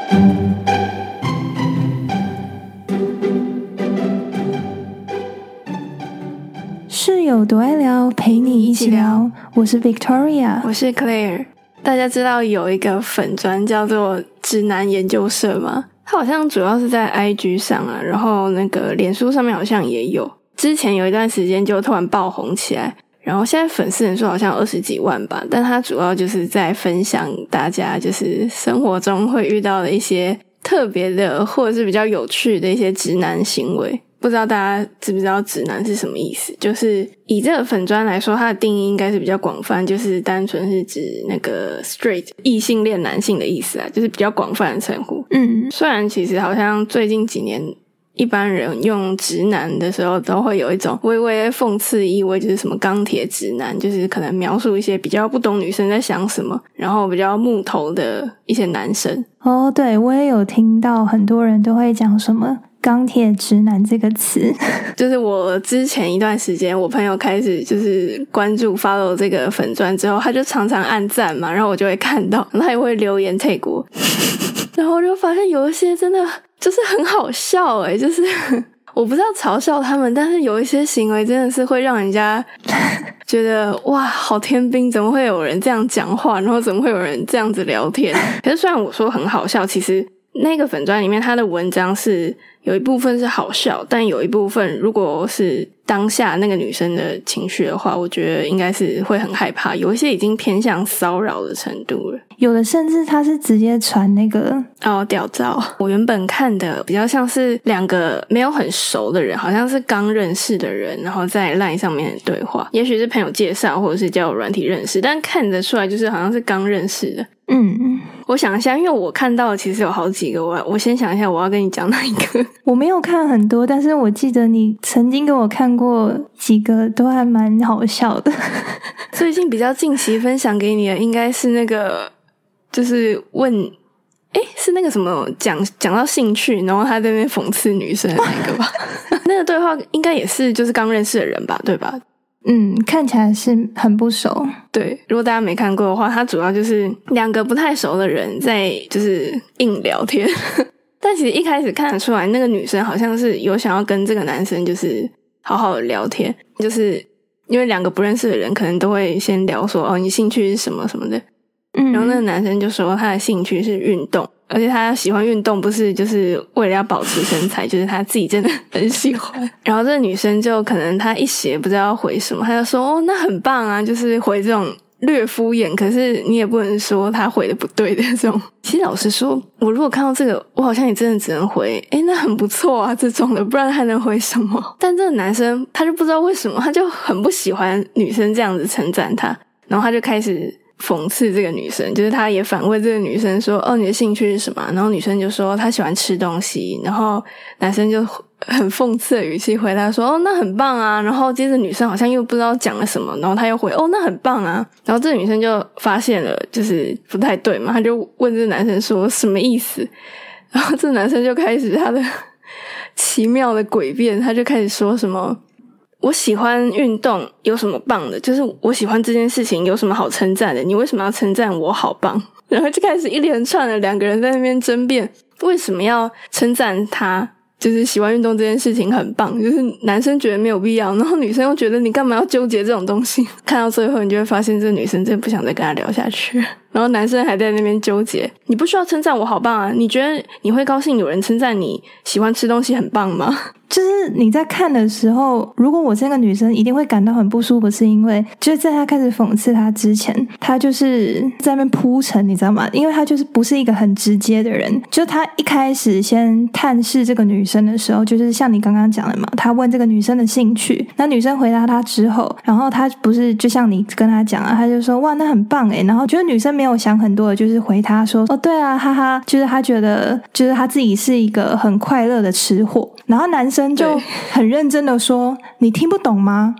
室友多爱聊，陪你一起聊。我是 Victoria， 我是 Claire。大家知道有一个粉专叫做直男研究社吗？它好像主要是在 IG 上啊，然后那个脸书上面好像也有。之前有一段时间就突然爆红起来，然后现在粉丝人数好像20几万吧，但它主要就是在分享大家就是生活中会遇到的一些特别的或者是比较有趣的一些直男行为。不知道大家知不知道直男是什么意思？就是以这个粉专来说，它的定义应该是比较广泛，就是单纯是指那个 straight 异性恋男性的意思啊，就是比较广泛的称呼。虽然其实好像最近几年一般人用直男的时候都会有一种微微讽刺意味，就是什么钢铁直男，就是可能描述一些比较不懂女生在想什么，然后比较木头的一些男生。 哦，对，我也有听到很多人都会讲什么钢铁直男这个词。 就是我之前一段时间我朋友开始就是关注 follow 这个粉专之后，他就常常按赞嘛，然后我就会看到，然后他也会留言 tag 我然后我就发现有一些真的就是很好笑欸，就是我不知道嘲笑他们，但是有一些行为真的是会让人家觉得哇好天兵，怎么会有人这样讲话，然后怎么会有人这样子聊天。可是虽然我说很好笑，其实那个粉专里面他的文章是有一部分是好笑，但有一部分如果是当下那个女生的情绪的话，我觉得应该是会很害怕，有一些已经偏向骚扰的程度了， 有的甚至他是直接传那个屌照。我原本看的比较像是两个没有很熟的人，好像是刚认识的人，然后在 LINE 上面的对话，也许是朋友介绍或者是交友软体认识，但看得出来就是好像是刚认识的。我想一下，因为我看到的其实有好几个，我先想一下我要跟你讲哪一个。 我没有看很多，但是我记得你曾经给我看过几个都还蛮好笑的。 最近比较近期分享给你的应该是那个就是问是那个什么讲到兴趣，然后他在那边讽刺女生的那个吧。那个对话应该也是就是刚认识的人吧，对吧？ 看起来是很不熟。 对，如果大家没看过的话，它主要就是两个不太熟的人在就是硬聊天。但其实一开始看得出来，那个女生好像是有想要跟这个男生就是好好的聊天，就是因为两个不认识的人可能都会先聊说你兴趣是什么什么的。然后那个男生就说他的兴趣是运动，而且他喜欢运动不是就是为了要保持身材，就是他自己真的很喜欢。然后这个女生就可能她一时也不知道要回什么，她就说那很棒啊，就是回这种略敷衍，可是你也不能说他回的不对的这种。其实老实说，我如果看到这个，我好像也真的只能回那很不错啊这种的，不然还能回什么？但这个男生他就不知道为什么，他就很不喜欢女生这样子称赞他，然后他就开始讽刺这个女生，就是他也反问这个女生说你的兴趣是什么？然后女生就说她喜欢吃东西，然后男生就很讽刺的语气回答说那很棒啊，然后接着女生好像又不知道讲了什么，然后他又回那很棒啊，然后这个女生就发现了就是不太对嘛，他就问这个男生说什么意思，然后这个男生就开始他的奇妙的诡辩，他就开始说什么我喜欢运动有什么棒的，就是我喜欢这件事情有什么好称赞的，你为什么要称赞我好棒？然后就开始一连串的两个人在那边争辩为什么要称赞他就是喜欢运动这件事情很棒，就是男生觉得没有必要，然后女生又觉得你干嘛要纠结这种东西。看到最后你就会发现这个女生真的不想再跟他聊下去，然后男生还在那边纠结你不需要称赞我好棒啊，你觉得你会高兴有人称赞你喜欢吃东西很棒吗？ 就是你在看的时候，如果我这个女生一定会感到很不舒服，是因为就是在他开始讽刺他之前，他就是在那边铺陈，你知道吗？因为他就是不是一个很直接的人，就他一开始先探视这个女生的时候，就是像你刚刚讲的嘛，他问这个女生的兴趣，那女生回答他之后，然后他不是就像你跟他讲啊，他就说哇那很棒然后觉得女生没有想很多的，就是回他说对啊哈哈，就是他觉得就是他自己是一个很快乐的吃货，然后男生就很认真的说你听不懂吗？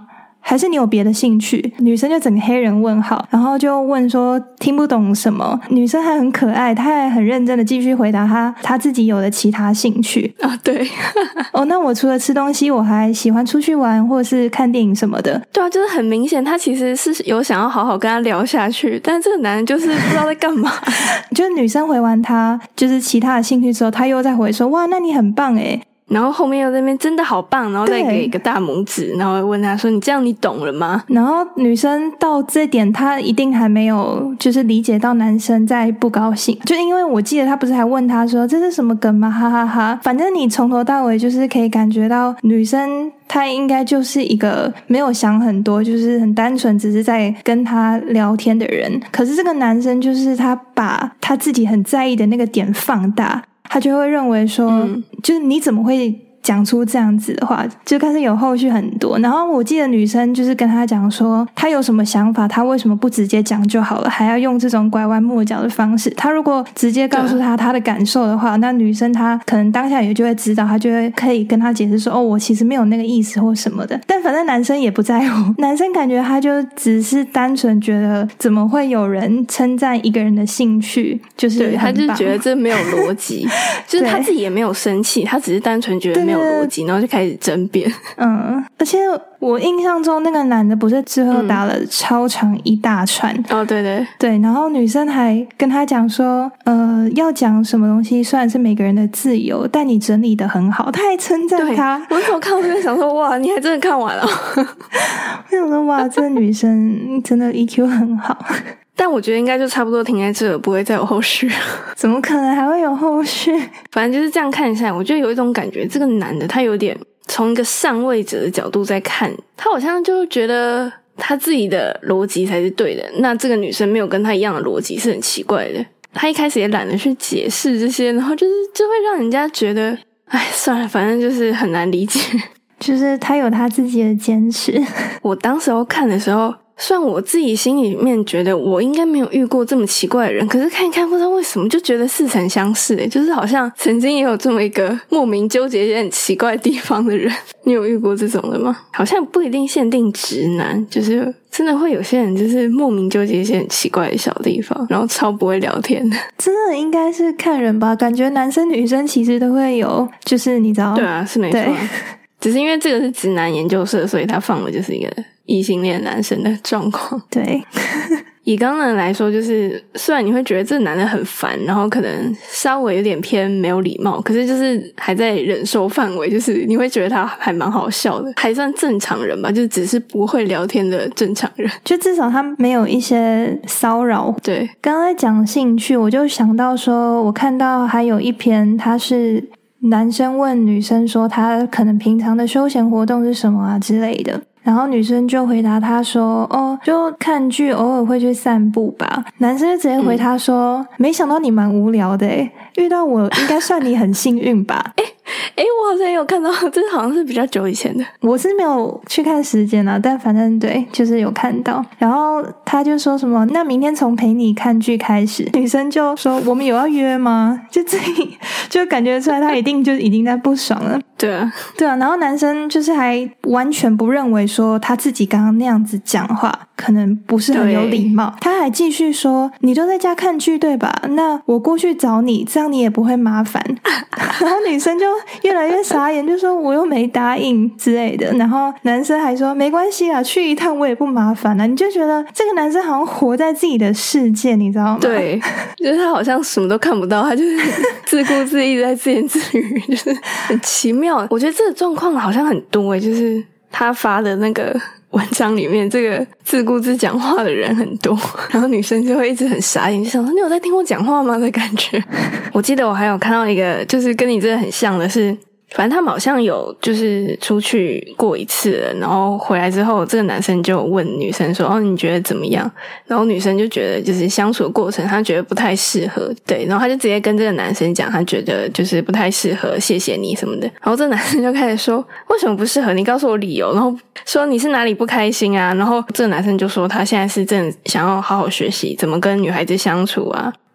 还是你有别的兴趣？女生就整个黑人问号，然后就问说听不懂什么。女生还很可爱，她还很认真的继续回答她自己有的其他兴趣啊，对哦，那我除了吃东西我还喜欢出去玩或者是看电影什么的。 对啊，就是很明显他其实是有想要好好跟他聊下去，但这个男人就是不知道在干嘛就是女生回完他就是其他的兴趣之后，他又再回说哇那你很棒耶， 然后后面又在那边真的好棒，然后再给一个大拇指，然后问他说你这样你懂了吗？ 然后女生到这点她一定还没有就是理解到男生在不高兴，就因为我记得他不是还问他说这是什么梗吗哈哈哈。反正你从头到尾就是可以感觉到女生她应该就是一个没有想很多，就是很单纯只是在跟他聊天的人。可是这个男生就是他把他自己很在意的那个点放大，他就会认为说就是你怎么会讲出这样子的话，就开始有后续很多。然后我记得女生就是跟他讲说他有什么想法，他为什么不直接讲就好了，还要用这种拐弯抹角的方式。他如果直接告诉他的感受的话，那女生她可能当下也就会知道，她就会可以跟他解释说哦我其实没有那个意思或什么的。但反正男生也不在乎，男生感觉他就只是单纯觉得怎么会有人称赞一个人的兴趣，就是对，他就觉得这没有逻辑就是他自己也没有生气，他只是单纯觉得没有逻辑，然后就开始争辩。 而且我印象中那个男的不是之后打了超长一大串哦，对对对，然后女生还跟他讲说要讲什么东西虽然是每个人的自由，但你整理得很好，他还称赞他。 我那时候看到这边想说哇你还真的看完了我想说哇这女生真的 EQ 很好但我觉得应该就差不多停在这，不会再有后续怎么可能还会有后续？ 反正就是这样看下来，我觉得有一种感觉，这个男的他有点从一个上位者的角度在看，他好像就觉得他自己的逻辑才是对的，那这个女生没有跟他一样的逻辑是很奇怪的。他一开始也懒得去解释这些，然后就会让人家觉得哎算了，反正就是很难理解， 就是他有他自己的坚持。 我当时候看的时候，虽然我自己心里面觉得我应该没有遇过这么奇怪的人，可是看一看不知道为什么就觉得似曾相识就是好像曾经也有这么一个莫名纠结一些很奇怪地方的人。你有遇过这种的吗？好像不一定限定直男，就是真的会有些人就是莫名纠结一些很奇怪的小地方，然后超不会聊天的。 真的应该是看人吧，感觉男生女生其实都会有，就是你知道。 对啊，是没错只是因为这个是直男研究社，所以他放的就是一个异性恋男生的状况。 对以刚刚来说，就是虽然你会觉得这男的很烦，然后可能稍微有点偏没有礼貌，可是就是还在忍受范围，就是你会觉得他还蛮好笑的，还算正常人吧，就只是不会聊天的正常人， 就至少他没有一些骚扰。 对， 刚刚在讲兴趣，我就想到说我看到还有一篇，他是男生问女生说他可能平常的休闲活动是什么啊之类的，然后女生就回答他说哦就看剧，偶尔会去散步吧。男生就直接回他说没想到你蛮无聊的耶，遇到我应该算你很幸运吧。 我好像有看到，这好像是比较久以前的， 我是没有去看时间啊，但反正对就是有看到。然后他就说什么那明天从陪你看剧开始，女生就说我们有要约吗？就自己就感觉出来他一定就已经在不爽了。 对啊， 然后男生就是还完全不认为说他自己刚刚那样子讲话可能不是很有礼貌，他还继续说你都在家看剧对吧，那我过去找你，这样你也不会麻烦然后女生就越来越傻眼，就说我又没答应之类的。然后男生还说没关系啦，去一趟我也不麻烦啦。你就觉得这个男生好像活在自己的世界，你知道吗？ 对，就是他好像什么都看不到，他就是自顾自一直在自言自语，就是很奇妙。我觉得这个状况好像很多就是他发的那个文章里面这个自顾自讲话的人很多，然后女生就会一直很傻眼，就想说你有在听我讲话吗的感觉。我记得我还有看到一个就是跟你这个很像的是，反正他们好像有就是出去过一次了，然后回来之后这个男生就问女生说哦你觉得怎么样，然后女生就觉得就是相处的过程他觉得不太适合，对，然后他就直接跟这个男生讲他觉得就是不太适合，谢谢你什么的。然后这个男生就开始说为什么不适合，你告诉我理由，然后说你是哪里不开心啊，然后这个男生就说他现在是真的想要好好学习怎么跟女孩子相处啊，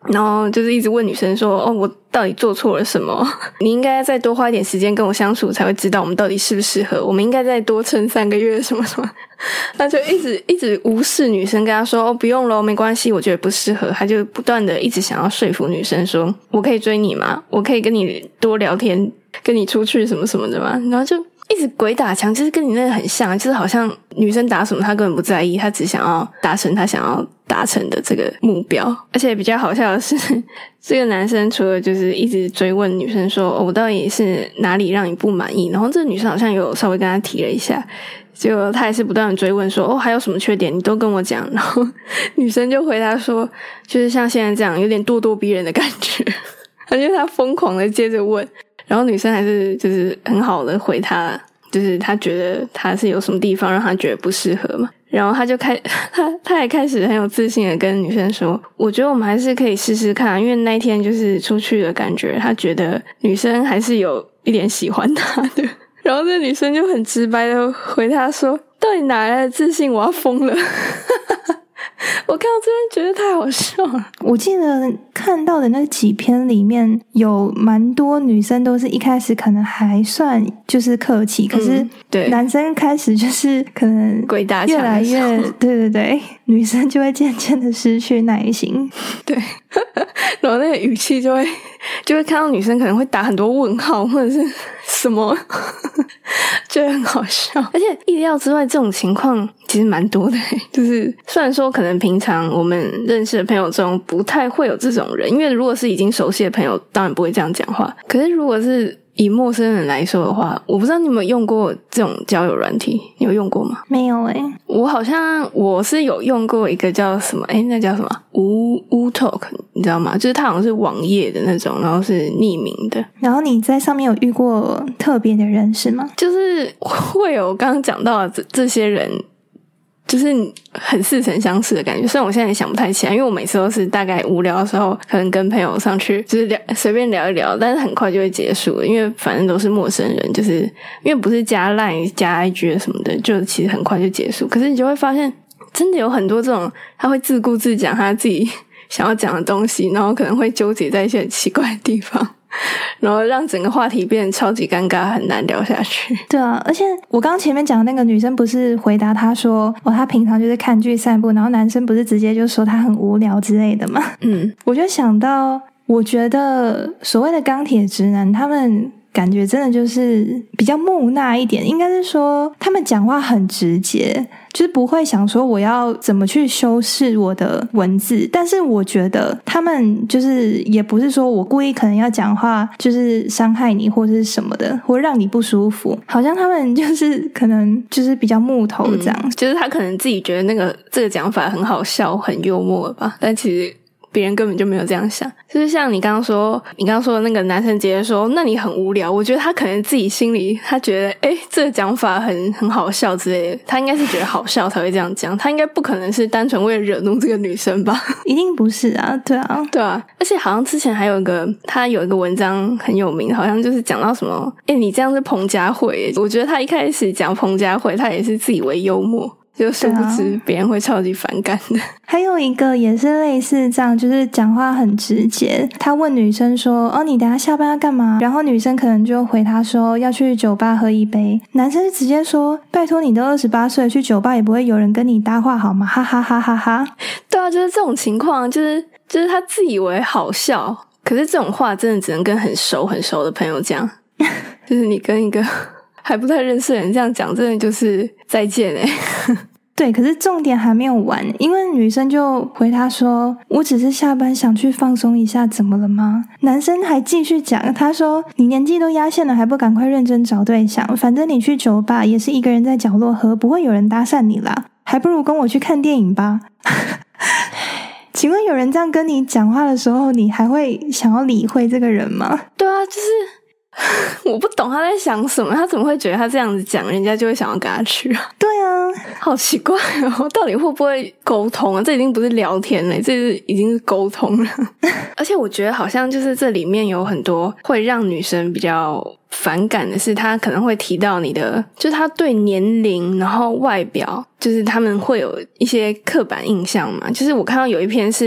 然后就是一直问女生说我到底做错了什么，你应该再多花一点时间跟我相处才会知道我们到底适不适合，我们应该再多撑3个月什么什么。他就一直无视女生，跟他说不用咯，没关系，我觉得不适合。他就不断的一直想要说服女生说我可以追你吗，我可以跟你多聊天，跟你出去什么什么的嘛。然后就一直鬼打墙，就是跟你那个很像，就是好像女生打什么他根本不在意，他只想要达成他想要达成的这个目标。而且比较好笑的是，这个男生除了就是一直追问女生说我到底是哪里让你不满意，然后这个女生好像有稍微跟他提了一下，结果他也是不断的追问说还有什么缺点你都跟我讲，然后女生就回答说就是像现在这样有点咄咄逼人的感觉。我觉得他疯狂的接着问，然后女生还是就是很好的回他，就是他觉得他是有什么地方让他觉得不适合嘛。然后他就他也开始很有自信的跟女生说我觉得我们还是可以试试看，因为那一天就是出去的感觉，他觉得女生还是有一点喜欢他的。然后这女生就很直白的回他说到底哪来的自信，我要疯了。我看到这边觉得太好笑了。 我记得看到的那几篇里面有蛮多女生都是一开始可能还算就是客气，可是对男生开始就是可能鬼打墙越来越对，女生就会渐渐的失去耐心。 对，然后那个语气就会看到女生可能会打很多问号或者是什么，觉得很好笑。而且意料之外这种情况其实蛮多的，就是虽然说可能平常我们认识的朋友中不太会有这种人，因为如果是已经熟悉的朋友当然不会这样讲话，可是如果是以陌生人来说的话，我不知道你有没有用过这种交友软体，你有用过吗？ 没有我是有用过一个叫什么那叫什么乌 talk 你知道吗？就是它好像是网页的那种，然后是匿名的。 然后你在上面有遇过特别的人是吗？ 就是会有刚刚讲到的这些人，就是很似曾相识的感觉。虽然我现在也想不太起来，因为我每次都是大概无聊的时候可能跟朋友上去就是随便聊一聊，但是很快就会结束了，因为反正都是陌生人，就是因为不是加 LINE 加 IG 什么的，就其实很快就结束。可是你就会发现真的有很多这种他会自顾自讲他自己想要讲的东西，然后可能会纠结在一些很奇怪的地方，然后让整个话题变得超级尴尬，很难聊下去。 对啊，而且我刚前面讲的那个女生不是回答他说她平常就是看剧散步，然后男生不是直接就说他很无聊之类的嘛。我就想到我觉得所谓的钢铁直男他们感觉真的就是比较木讷一点，应该是说他们讲话很直接，就是不会想说我要怎么去修饰我的文字，但是我觉得他们就是也不是说我故意可能要讲话就是伤害你或者是什么的，或让你不舒服，好像他们就是可能就是比较木头这样， 就是他可能自己觉得这个讲法很好笑很幽默吧，但其实别人根本就没有这样想。就是像你刚刚说的那个男生直接说那你很无聊，我觉得他可能自己心里他觉得这个讲法很好笑之类的，他应该是觉得好笑才会这样讲，他应该不可能是单纯为了惹怒这个女生吧。 一定不是啊。对啊， 而且好像之前还有他有一个文章很有名，好像就是讲到什么你这样是彭佳慧，我觉得他一开始讲彭佳慧他也是自以为幽默，就殊不知别人会超级反感的。 还有一个也是类似这样，就是讲话很直接，他问女生说你等一下下班要干嘛，然后女生可能就回他说要去酒吧喝一杯，男生就直接说拜托你都28岁去酒吧也不会有人跟你搭话好吗，哈哈哈哈哈。 对啊，就是这种情况，就是他自以为好笑，可是这种话真的只能跟很熟的朋友讲。就是你跟一个还不太认识的人这样讲，真的就是再见对，可是重点还没有完，因为女生就回他说我只是下班想去放松一下，怎么了吗？男生还继续讲，他说你年纪都压线了还不赶快认真找对象，反正你去酒吧也是一个人在角落喝，不会有人搭讪你啦，还不如跟我去看电影吧。请问有人这样跟你讲话的时候，你还会想要理会这个人吗？ 对啊，就是我不懂他在想什么，他怎么会觉得他这样子讲人家就会想要跟他去啊？ 对啊， 好奇怪哦，到底会不会沟通啊？这已经不是聊天了，这已经是沟通了。而且我觉得好像就是这里面有很多会让女生比较反感的是，他可能会提到你的，就是他对年龄然后外表，就是他们会有一些刻板印象嘛。就是我看到有一篇是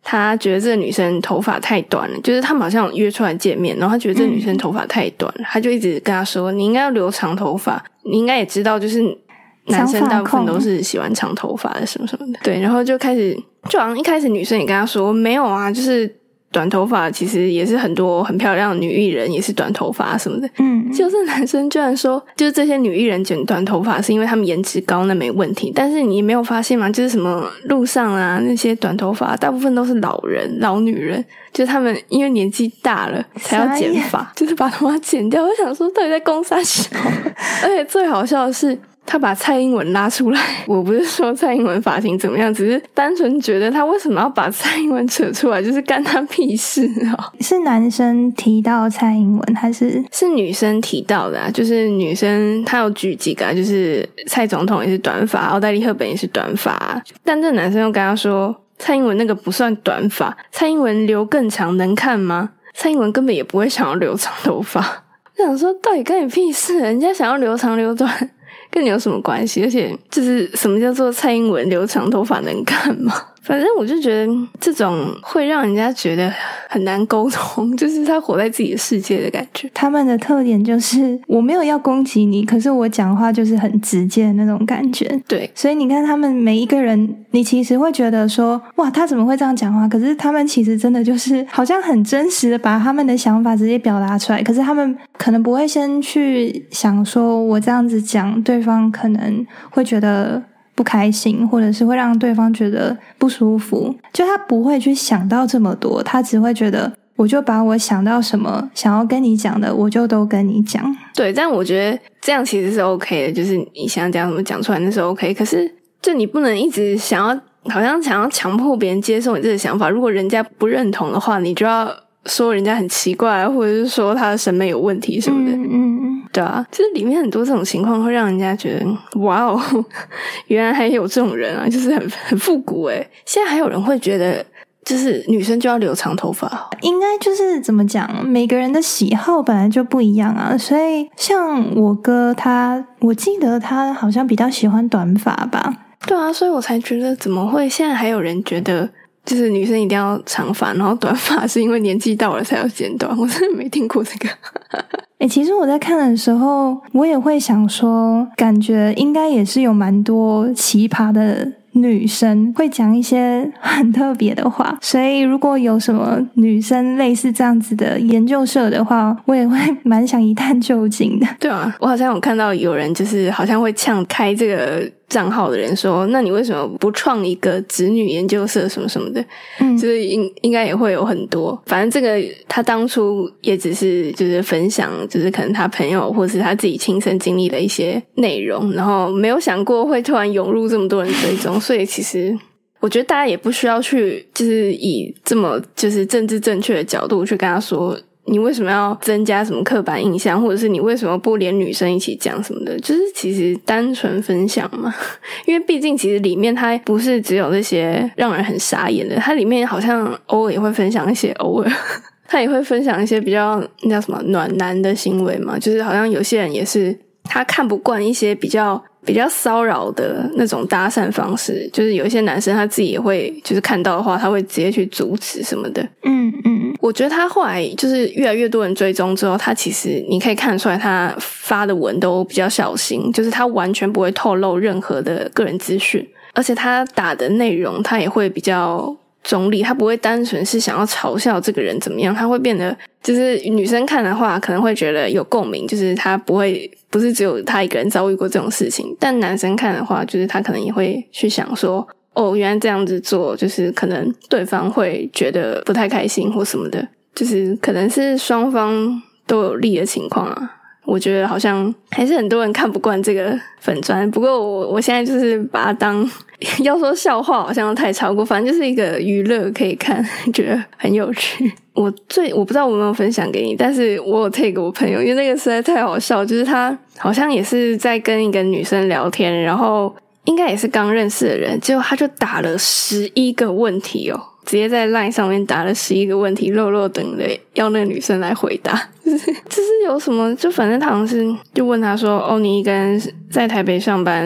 他觉得这个女生头发太短了，就是他们好像约出来见面，然后他觉得这个女生头发太短了，他就一直跟她说你应该要留长头发，你应该也知道就是男生大部分都是喜欢长头发的什么什么的。对，然后就开始就好像一开始女生也跟他说没有啊，就是短头发其实也是很多很漂亮的女艺人也是短头发什么的。就是男生居然说就是这些女艺人剪短头发是因为她们颜值高，那没问题。但是你没有发现吗，就是什么路上啊那些短头发大部分都是老人老女人，就是他们因为年纪大了才要剪发，就是把头发剪掉。我想说到底在攻三小而且最好笑的是他把蔡英文拉出来，我不是说蔡英文发型怎么样，只是单纯觉得他为什么要把蔡英文扯出来，就是干他屁事哦。 是男生提到蔡英文还是女生提到的啊？就是女生她有举几个啊，就是蔡总统也是短发，奥黛丽赫本也是短发啊，但这男生又跟他说蔡英文那个不算短发，蔡英文留更长能看吗？蔡英文根本也不会想要留长头发。我想说到底干你屁事，人家想要留长留短跟你有什么关系？而且就是什么叫做蔡英文留长头发能看吗？反正我就觉得这种会让人家觉得很难沟通，就是他活在自己的世界的感觉。 他们的特点就是我没有要攻击你，可是我讲话就是很直接的那种感觉。 对， 所以你看他们每一个人，你其实会觉得说哇他怎么会这样讲话，可是他们其实真的就是好像很真实的把他们的想法直接表达出来，可是他们可能不会先去想说我这样子讲对方可能会觉得不开心，或者是会让对方觉得不舒服，就他不会去想到这么多，他只会觉得我就把我想到什么想要跟你讲的我就都跟你讲。 对，但我觉得这样其实是 OK 的，就是你想讲什么讲出来那是 OK， 可是就你不能一直好像想要强迫别人接受你这个想法，如果人家不认同的话，你就要说人家很奇怪，或者是说他的审美有问题什么的。对啊，就是里面很多这种情况会让人家觉得哇哦，原来还有这种人啊，就是很复古诶。现在还有人会觉得就是女生就要留长头发， 应该就是怎么讲，每个人的喜好本来就不一样啊，所以像我哥我记得他好像比较喜欢短发吧。 对啊，所以我才觉得怎么会现在还有人觉得就是女生一定要长发，然后短发是因为年纪到了才要剪短，我真的没听过这个其实我在看的时候我也会想说，感觉应该也是有蛮多奇葩的女生会讲一些很特别的话，所以如果有什么女生类似这样子的研究社的话，我也会蛮想一探究竟的。 对啊，我好像有看到有人就是好像会呛开这个账号的人说，那你为什么不创一个直女研究社什么什么的，就是应该也会有很多。反正这个他当初也只是就是分享就是可能他朋友或是他自己亲身经历的一些内容，然后没有想过会突然涌入这么多人追踪，所以其实我觉得大家也不需要去就是以这么就是政治正确的角度去跟他说你为什么要增加什么刻板印象，或者是你为什么不连女生一起讲什么的，就是其实单纯分享嘛。因为毕竟其实里面它不是只有那些让人很傻眼的，它里面好像偶尔也会分享一些他也会分享一些比较那叫什么暖男的行为嘛，就是好像有些人也是他看不惯一些比较骚扰的那种搭讪方式，就是有一些男生他自己也会就是看到的话他会直接去阻止什么的。我觉得他后来就是越来越多人追踪之后，他其实你可以看出来他发的文都比较小心，就是他完全不会透露任何的个人资讯，而且他打的内容他也会比较中立，他不会单纯是想要嘲笑这个人怎么样，他会变得就是女生看的话可能会觉得有共鸣，就是他不是只有他一个人遭遇过这种事情，但男生看的话就是他可能也会去想说原来这样子做就是可能对方会觉得不太开心或什么的，就是可能是双方都有利的情况啊。我觉得好像还是很多人看不惯这个粉专，不过我现在就是把它当要说笑话好像太超过，反正就是一个娱乐可以看，觉得很有趣。我不知道我有没有分享给你，但是我有 take 我朋友，因为那个实在太好笑，就是他好像也是在跟一个女生聊天，然后应该也是刚认识的人，结果他就打了11个问题直接在 LINE 上面打了11个问题，肉等的要那个女生来回答。就是有什么，就反正他好像是就问他说你一个人在台北上班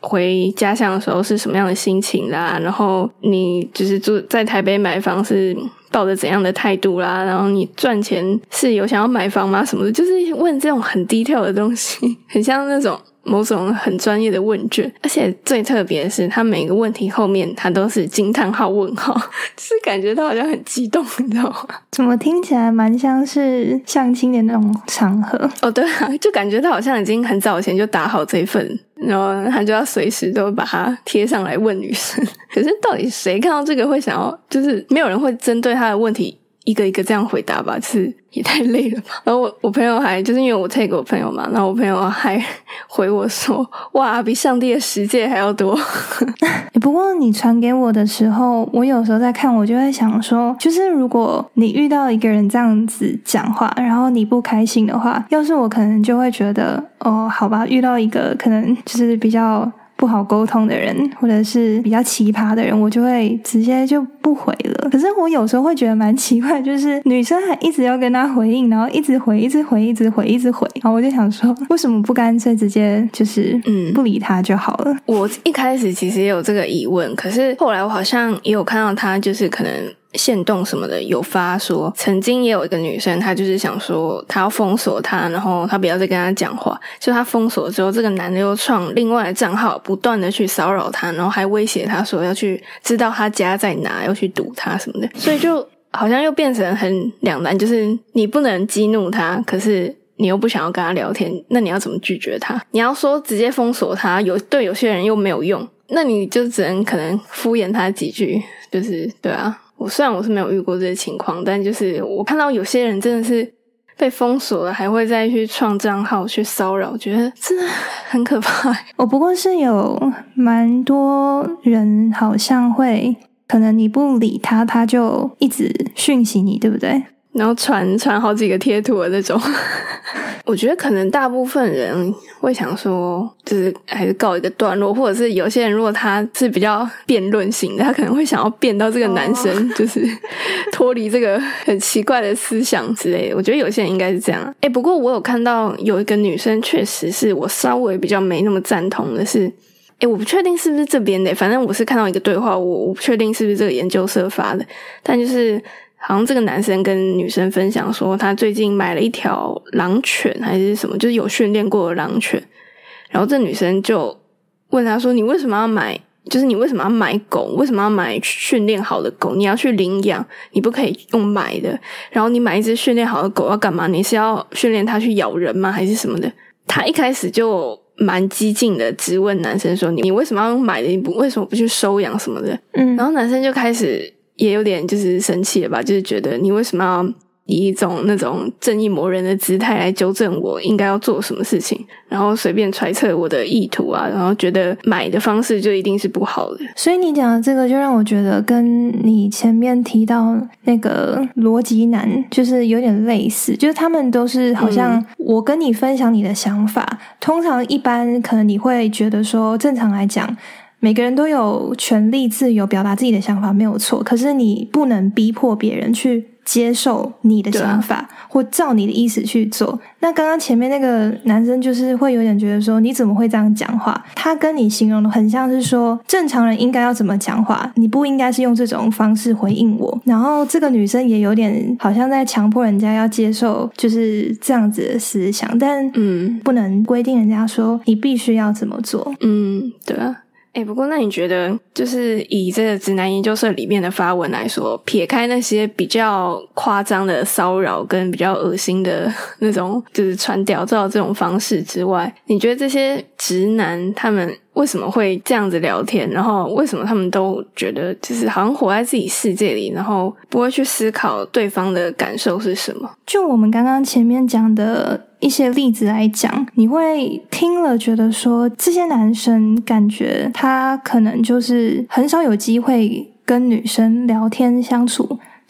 回家乡的时候是什么样的心情啦，然后你就是住在台北买房是抱着怎样的态度啦，然后你赚钱是有想要买房吗什么的，就是问这种很detail的东西，很像那种某种很专业的问卷。而且最特别的是他每个问题后面他都是惊叹号问号，就是感觉他好像很激动，你知道吗？ 怎么听起来蛮像是相亲的那种场合。 哦对啊，就感觉他好像已经很早前就打好这一份，然后他就要随时都把它贴上来问女生。可是到底谁看到这个会想要，就是没有人会针对他的问题一个一个这样回答吧，就是也太累了吧。然后我朋友还就是因为我 take 我朋友嘛，然后我朋友还回我说，哇，比上帝的十诫还要多。 不过你传给我的时候，我有时候在看，我就会想说，就是如果你遇到一个人这样子讲话，然后你不开心的话，要是我可能就会觉得，哦，好吧，遇到一个可能就是比较不好沟通的人，或者是比较奇葩的人，我就会直接就不回了。可是我有时候会觉得蛮奇怪，就是女生还一直要跟他回应，然后一直回，然后我就想说，为什么不干脆直接就是不理他就好了？ 我一开始其实也有这个疑问，可是后来我好像也有看到他就是可能限动什么的有发说，曾经也有一个女生，她就是想说她要封锁他，然后她不要再跟他讲话，就她封锁之后，这个男的又创另外的账号，不断的去骚扰她，然后还威胁她说要去知道她家在哪，要去堵她什么的，所以就好像又变成很两难，就是你不能激怒他，可是你又不想要跟他聊天，那你要怎么拒绝他？你要说直接封锁他，对有些人又没有用，那你就只能可能敷衍他几句，就是对啊。虽然我是没有遇过这些情况，但就是我看到有些人真的是被封锁了，还会再去创账号去骚扰，觉得真的很可怕。 不过是有蛮多人好像会，可能你不理他，他就一直讯息你，对不对？ 然后传好几个贴图的那种。我觉得可能大部分人会想说，就是还是告一个段落，或者是有些人如果他是比较辩论型的，他可能会想要辩到这个男生就是脱离这个很奇怪的思想之类的。我觉得有些人应该是这样。不过我有看到有一个女生确实是我稍微比较没那么赞同的是，我不确定是不是这边的，反正我是看到一个对话，我不确定是不是这个研究社发的，但就是好像这个男生跟女生分享说他最近买了一条狼犬还是什么，就是有训练过的狼犬，然后这女生就问他说，你为什么要买，就是你为什么要买狗，为什么要买训练好的狗，你要去领养，你不可以用买的，然后你买一只训练好的狗要干嘛，你是要训练它去咬人吗还是什么的。他一开始就蛮激进的质问男生说，你为什么要用买的，你为什么不去收养什么的。然后男生就开始也有点就是生气了吧，就是觉得你为什么要以一种那种正义魔人的姿态来纠正我应该要做什么事情，然后随便揣测我的意图啊，然后觉得买的方式就一定是不好的。 所以你讲的这个就让我觉得跟你前面提到那个逻辑男就是有点类似，就是他们都是好像我跟你分享你的想法，通常一般可能你会觉得说正常来讲每个人都有权利自由表达自己的想法没有错，可是你不能逼迫别人去接受你的想法，或照你的意思去做。那刚刚前面那个男生就是会有点觉得说你怎么会这样讲话，他跟你形容的很像是说正常人应该要怎么讲话，你不应该是用这种方式回应我。然后这个女生也有点好像在强迫人家要接受就是这样子的思想，但不能规定人家说你必须要怎么做。 对啊。不过那你觉得就是以这个直男研究社里面的发文来说，撇开那些比较夸张的骚扰跟比较恶心的那种就是传屌照这种方式之外，你觉得这些直男他们为什么会这样子聊天，然后为什么他们都觉得就是好像活在自己世界里，然后不会去思考对方的感受是什么？就我们刚刚前面讲的一些例子来讲，你会听了觉得说这些男生感觉他可能就是很少有机会跟女生聊天相处，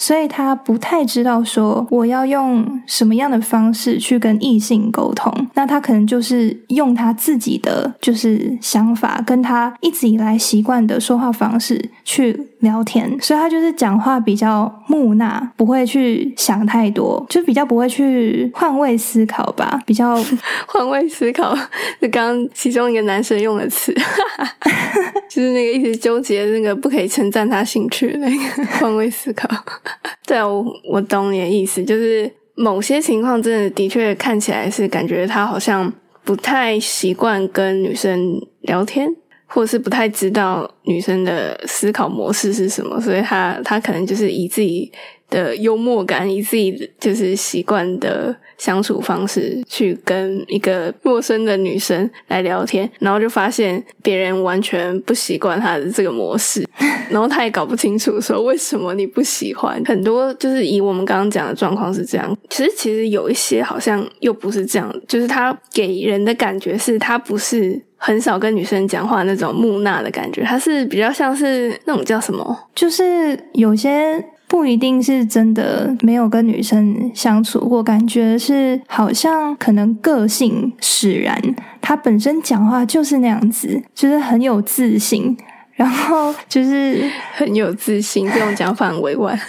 所以他不太知道说我要用什么样的方式去跟异性沟通。那他可能就是用他自己的就是想法跟他一直以来习惯的说话方式去聊天，所以他就是讲话比较木讷，不会去想太多，就比较不会去换位思考吧，比较换位思考是刚刚其中一个男生用的词就是那个一直纠结那个不可以称赞他兴趣的那个换位思考对啊，我懂你的意思，就是某些情况真的的确看起来是感觉他好像不太习惯跟女生聊天，或者是不太知道女生的思考模式是什么，所以他可能就是以自己的幽默感，以自己就是习惯的相处方式去跟一个陌生的女生来聊天，然后就发现别人完全不习惯他的这个模式，然后他也搞不清楚说为什么你不喜欢。很多就是以我们刚刚讲的状况是这样，其实有一些好像又不是这样，就是他给人的感觉是他不是很少跟女生讲话那种木讷的感觉，他是比较像是那种叫什么， 就是有些不一定是真的没有跟女生相处过，感觉是好像可能个性使然，他本身讲话就是那样子，就是很有自信，然后就是很有自信，这种讲法很委婉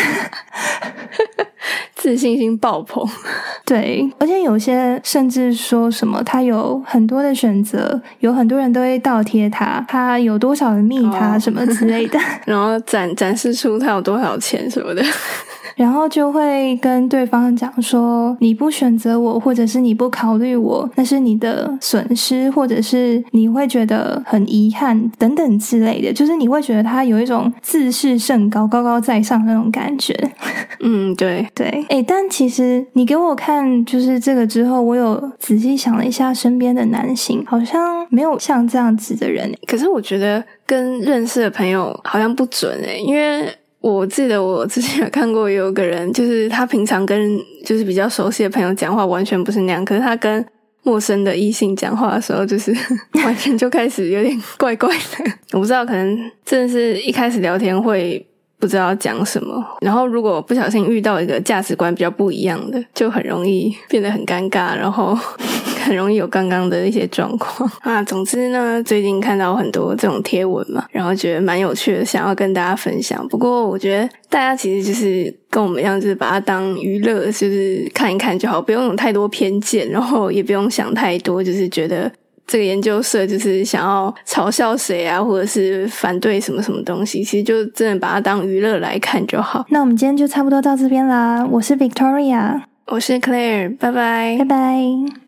自信心爆棚对，而且有些甚至说什么他有很多的选择，有很多人都会倒贴他有多少人密他什么之类的然后展示出他有多少钱什么的然后就会跟对方讲说你不选择我，或者是你不考虑我，那是你的损失，或者是你会觉得很遗憾等等之类的，就是你会觉得他有一种自视甚高，高高在上那种感觉对对但其实你给我看就是这个之后，我有仔细想了一下身边的男性好像没有像这样子的人。 可是我觉得跟认识的朋友好像不准因为我记得我之前有看过有个人，就是他平常跟就是比较熟悉的朋友讲话完全不是那样，可是他跟陌生的异性讲话的时候就是完全就开始有点怪怪的我不知道，可能真的是一开始聊天会不知道讲什么，然后如果不小心遇到一个价值观比较不一样的，就很容易变得很尴尬，然后很容易有刚刚的一些状况总之呢，最近看到很多这种贴文嘛，然后觉得蛮有趣的，想要跟大家分享。不过我觉得大家其实就是跟我们一样，就是把它当娱乐，就是看一看就好，不用有太多偏见，然后也不用想太多，就是觉得这个研究社就是想要嘲笑谁啊，或者是反对什么什么东西，其实就真的把它当娱乐来看就好。 那我们今天就差不多到这边啦，我是 Victoria， 我是 Claire， 拜拜拜拜。